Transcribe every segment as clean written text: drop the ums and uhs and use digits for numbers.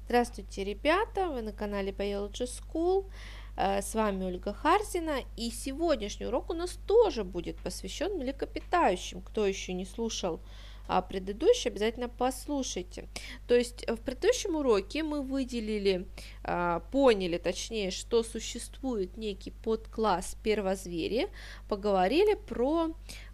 Здравствуйте, ребята! Вы на канале Biology School. С вами Ольга Харзина. И сегодняшний урок у нас тоже будет посвящен млекопитающим. Кто еще не слушал предыдущий, обязательно послушайте. То есть в предыдущем уроке мы поняли точнее, что существует некий подкласс первозвери, поговорили про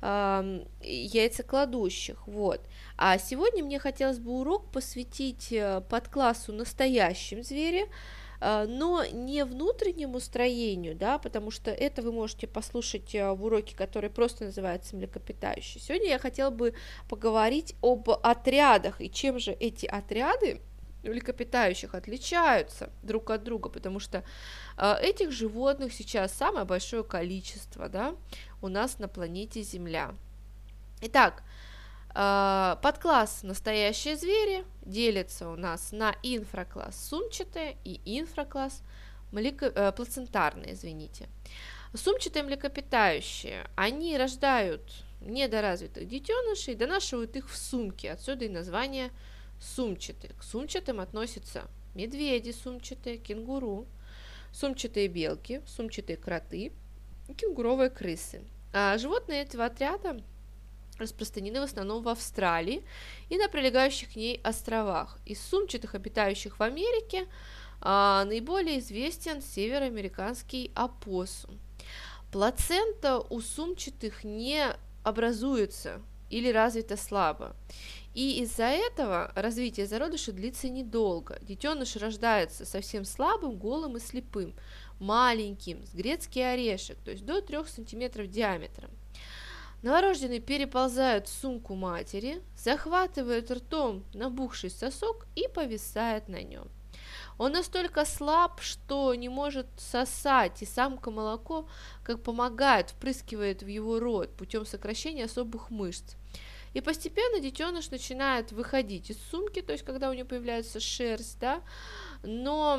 яйцекладущих. Вот. А сегодня мне хотелось бы урок посвятить подклассу настоящим звере, но не внутреннему строению, да, потому что это вы можете послушать в уроке, который просто называется «Млекопитающие». Сегодня я хотела бы поговорить об отрядах и чем же эти отряды млекопитающих отличаются друг от друга, потому что этих животных сейчас самое большое количество, да, у нас на планете Земля. Итак, подкласс настоящие звери делится у нас на инфракласс сумчатые и инфракласс плацентарные, извините. Сумчатые млекопитающие, они рождают недоразвитых детенышей, донашивают их в сумке, отсюда и название сумчатые. К сумчатым относятся медведи сумчатые, кенгуру, сумчатые белки, сумчатые кроты и кенгуровые крысы. Животные этого отряда распространены в основном в Австралии и на прилегающих к ней островах. Из сумчатых, обитающих в Америке, наиболее известен североамериканский опоссум. Плацента у сумчатых не образуется или развита слабо. И из-за этого развитие зародыша длится недолго. Детеныш рождается совсем слабым, голым и слепым, маленьким, с грецкий орешек, то есть до 3 см диаметром. Новорожденный переползает в сумку матери, захватывает ртом набухший сосок и повисает на нем. Он настолько слаб, что не может сосать, и самка молоко, как помогает, впрыскивает в его рот путем сокращения особых мышц. И постепенно детеныш начинает выходить из сумки, то есть когда у него появляется шерсть, да, но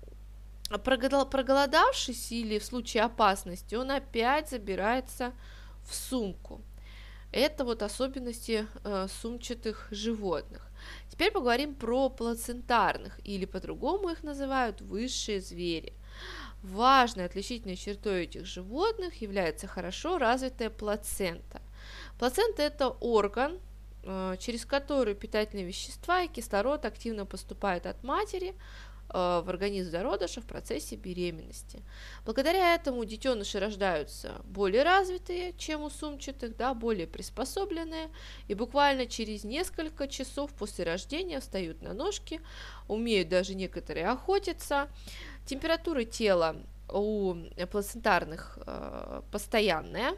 проголодавшись или в случае опасности, он опять забирается в сумку. Это вот особенности сумчатых животных. Теперь поговорим про плацентарных, или по-другому их называют высшие звери. Важной отличительной чертой этих животных является хорошо развитая плацента. Плацента – это орган, через который питательные вещества и кислород активно поступают от матери в организм зародыша в процессе беременности. Благодаря этому детеныши рождаются более развитые, чем у сумчатых, да, более приспособленные, и буквально через несколько часов после рождения встают на ножки, умеют даже некоторые охотиться. Температура тела у плацентарных постоянная.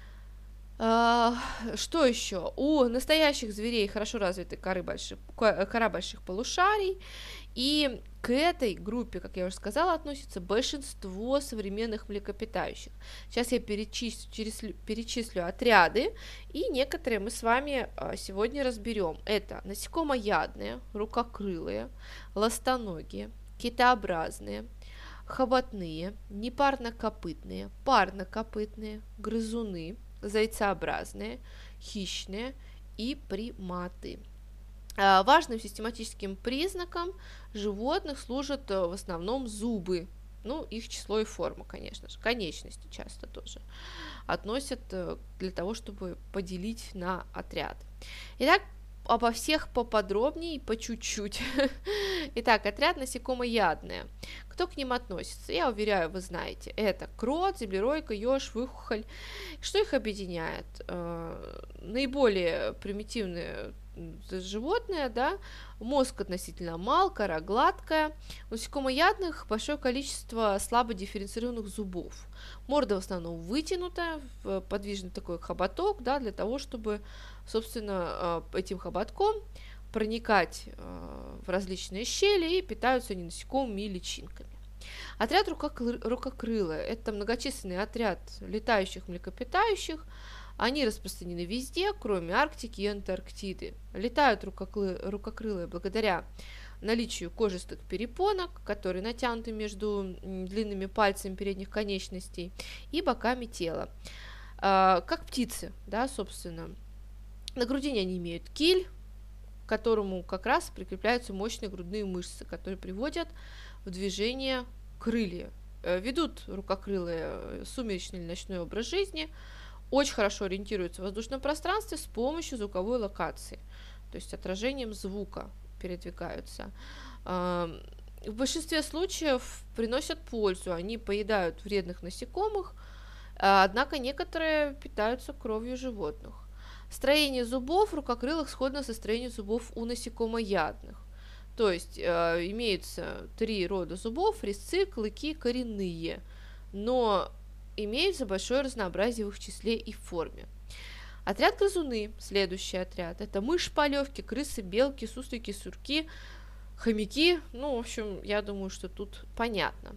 Что еще? У настоящих зверей хорошо развита кора больших полушарий, и к этой группе, как я уже сказала, относится большинство современных млекопитающих. Сейчас я перечислю отряды, и некоторые мы с вами сегодня разберем. Это насекомоядные, рукокрылые, ластоногие, китообразные, хоботные, непарнокопытные, парнокопытные, грызуны, зайцеобразные, хищные и приматы. Важным систематическим признаком животных служат в основном зубы, ну, их число и форма, конечно же, конечности часто тоже относят для того, чтобы поделить на отряд. Итак, обо всех поподробнее и по чуть-чуть. Итак, отряд насекомоядные. Кто к ним относится? Я уверяю, вы знаете. Это крот, землеройка, еж, выхухоль. Что их объединяет? Наиболее примитивные животные, да, мозг относительно мал, кора гладкая. У насекомоядных большое количество слабо дифференцированных зубов. Морда в основном вытянутая, подвижный такой хоботок, да, для того, чтобы, собственно, этим хоботком проникать в различные щели, и питаются они насекомыми и личинками. Отряд рукокрылые – это многочисленный отряд летающих млекопитающих. Они распространены везде, кроме Арктики и Антарктиды. Летают рукокрылые благодаря наличию кожистых перепонок, которые натянуты между длинными пальцами передних конечностей и боками тела. Как птицы, да, собственно. На грудине они имеют киль, которому как раз прикрепляются мощные грудные мышцы, которые приводят в движение крылья. Ведут рукокрылые сумеречный или ночной образ жизни, очень хорошо ориентируются в воздушном пространстве с помощью звуковой локации, то есть отражением звука передвигаются. В большинстве случаев приносят пользу, они поедают вредных насекомых, однако некоторые питаются кровью животных. Строение зубов рукокрылых сходно со строением зубов у насекомоядных. То есть имеются 3 рода зубов: резцы, клыки, коренные, но имеется большое разнообразие в их числе и форме. Отряд грызуны, следующий отряд, это мышь полевки, крысы, белки, суслики, сурки, хомяки. Ну, в общем, я думаю, что тут понятно.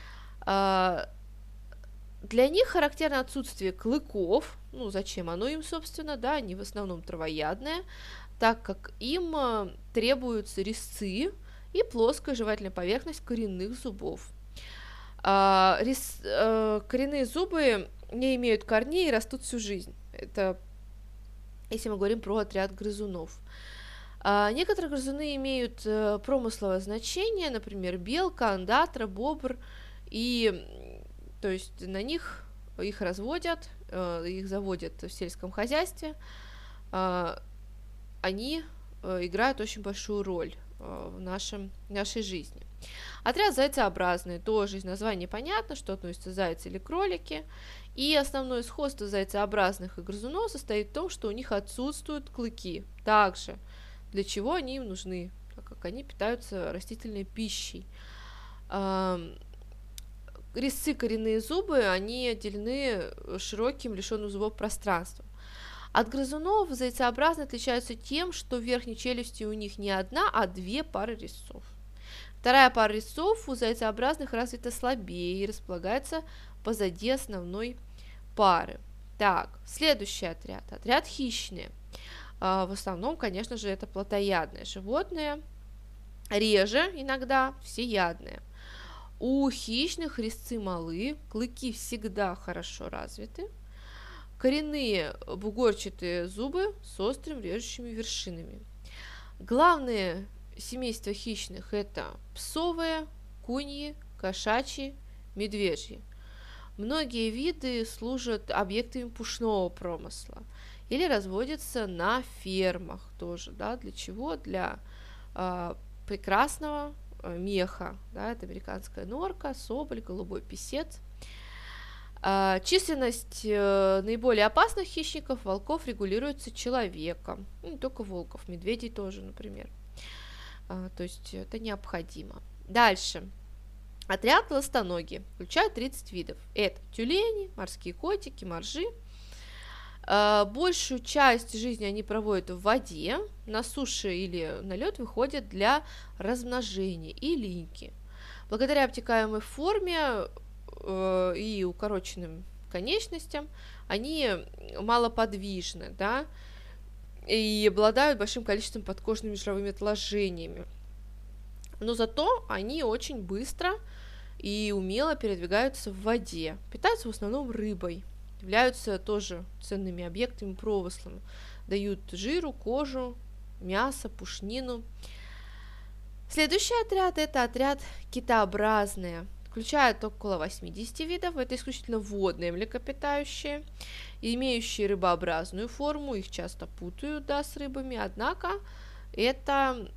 Для них характерно отсутствие клыков. Ну, зачем оно им, собственно, да, они в основном травоядные, так как им требуются резцы и плоская жевательная поверхность коренных зубов. Коренные зубы не имеют корней и растут всю жизнь. Это если мы говорим про отряд грызунов. Некоторые грызуны имеют промысловое значение, например, белка, андатра, бобр, и то есть на них их разводят, их заводят в сельском хозяйстве, они играют очень большую роль в нашей жизни. Отряд зайцеобразный, тоже из названия понятно, что относятся зайцы или кролики, и основное сходство зайцеобразных и грызунов состоит в том, что у них отсутствуют клыки. Также, для чего они им нужны, так как они питаются растительной пищей. Резцы, коренные зубы, они отделены широким, лишенным зубов пространством. От грызунов зайцеобразные отличаются тем, что в верхней челюсти у них не одна, а 2 пары резцов. Вторая пара резцов у зайцеобразных развита слабее и располагается позади основной пары. Так, следующий отряд. Отряд хищные. В основном, конечно же, это плотоядные животные, реже иногда всеядные. У хищных резцы малы, клыки всегда хорошо развиты, коренные бугорчатые зубы с острыми режущими вершинами. Главные семейства хищных — это псовые, куньи, кошачьи, медвежьи. Многие виды служат объектами пушного промысла или разводятся на фермах тоже. Да, для чего? Для прекрасного меха. Да, это американская норка, соболь, голубой писец. Численность наиболее опасных хищников, волков, регулируется человеком. Ну, не только волков, медведей тоже, например. То есть это необходимо. Дальше. Отряд ластоногие включает 30 видов. Это тюлени, морские котики, моржи. Большую часть жизни они проводят в воде, на суше или на лед выходят для размножения и линьки. Благодаря обтекаемой форме и укороченным конечностям они малоподвижны, да, и обладают большим количеством подкожными жировыми отложениями. Но зато они очень быстро и умело передвигаются в воде, питаются в основном рыбой, являются тоже ценными объектами промысла, дают жиру, кожу, мясо, пушнину. Следующий отряд — это отряд китообразные. Включает около 80 видов, это исключительно водные млекопитающие, имеющие рыбообразную форму, их часто путают, да, с рыбами, однако это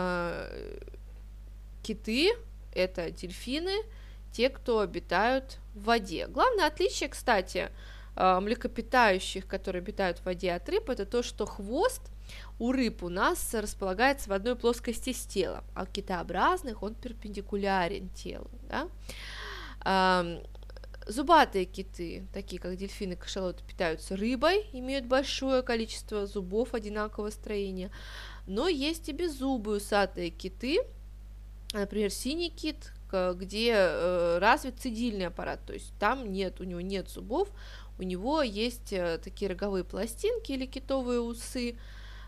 киты, это дельфины, те, кто обитают в воде. Главное отличие, кстати, млекопитающих, которые обитают в воде, от рыб, это то, что хвост у рыб у нас располагается в одной плоскости с телом, а у китообразных он перпендикулярен телу. Да? Зубатые киты, такие как дельфины, кашалоты, питаются рыбой, имеют большое количество зубов одинакового строения, но есть и беззубые усатые киты, например, синий кит, где развит цедильный аппарат, то есть там у него нет зубов, у него есть такие роговые пластинки или китовые усы,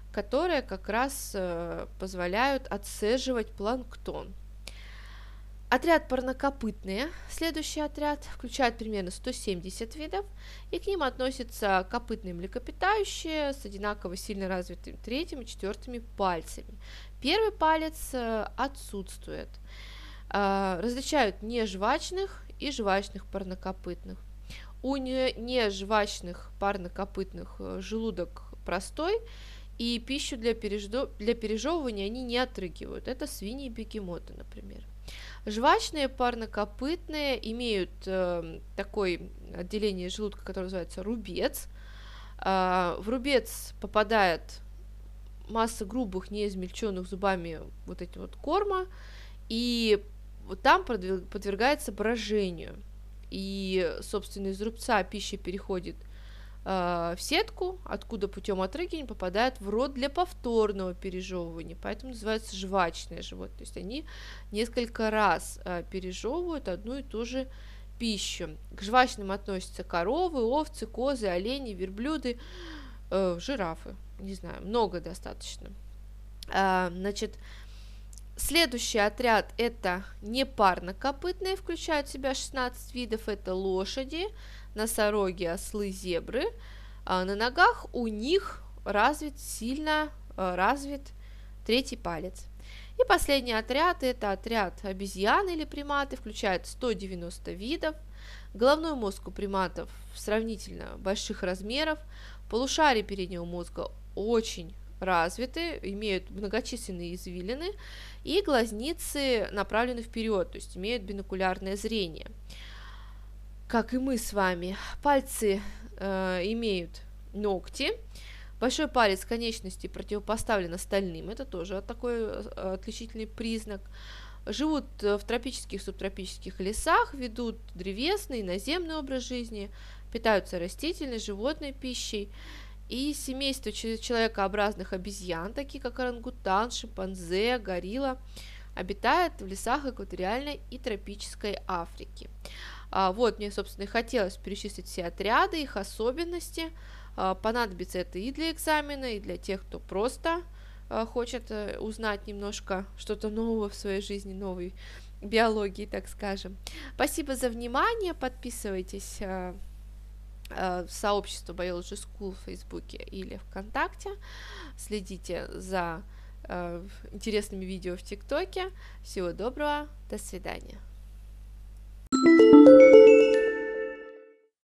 которые как раз позволяют отцеживать планктон. Отряд парнокопытные, следующий отряд, включает примерно 170 видов, и к ним относятся копытные млекопитающие с одинаково сильно развитыми третьим и четвертыми пальцами. Первый палец отсутствует. Различают нежвачных и жвачных парнокопытных. У нежвачных парнокопытных желудок простой, и пищу для пережевывания они не отрыгивают. Это свиньи и бегемоты, например. Жвачные парнокопытные имеют такое отделение желудка, которое называется рубец. В рубец попадает масса грубых, неизмельченных зубами вот этих вот корма, и вот там подвергается брожению. И, собственно, из рубца пища переходит в сетку, откуда путем отрыгивания попадает в рот для повторного пережевывания, поэтому называются жвачные животные, то есть они несколько раз пережевывают одну и ту же пищу. К жвачным относятся коровы, овцы, козы, олени, верблюды, жирафы, не знаю, много достаточно. Значит, следующий отряд — это непарнокопытные, включают в себя 16 видов, это лошади, носороги, ослы, зебры. На ногах у них сильно развит третий палец. И последний отряд — это отряд обезьян или приматы, включает 190 видов. Головной мозг у приматов сравнительно больших размеров, полушария переднего мозга очень развиты, имеют многочисленные извилины, и глазницы направлены вперед, то есть имеют бинокулярное зрение. Как и мы с вами, пальцы имеют ногти, большой палец конечности противопоставлен остальным, это тоже такой отличительный признак. Живут в тропических и субтропических лесах, ведут древесный и наземный образ жизни, питаются растительной, животной пищей. И семейство человекообразных обезьян, такие как орангутан, шимпанзе, горилла, обитает в лесах экваториальной и тропической Африки. Вот мне, собственно, и хотелось перечислить все отряды, их особенности. Понадобится это и для экзамена, и для тех, кто просто хочет узнать немножко что-то нового в своей жизни, новой биологии, так скажем. Спасибо за внимание, подписывайтесь в сообщество Biology School в Фейсбуке или ВКонтакте, следите за интересными видео в ТикТоке. Всего доброго, до свидания.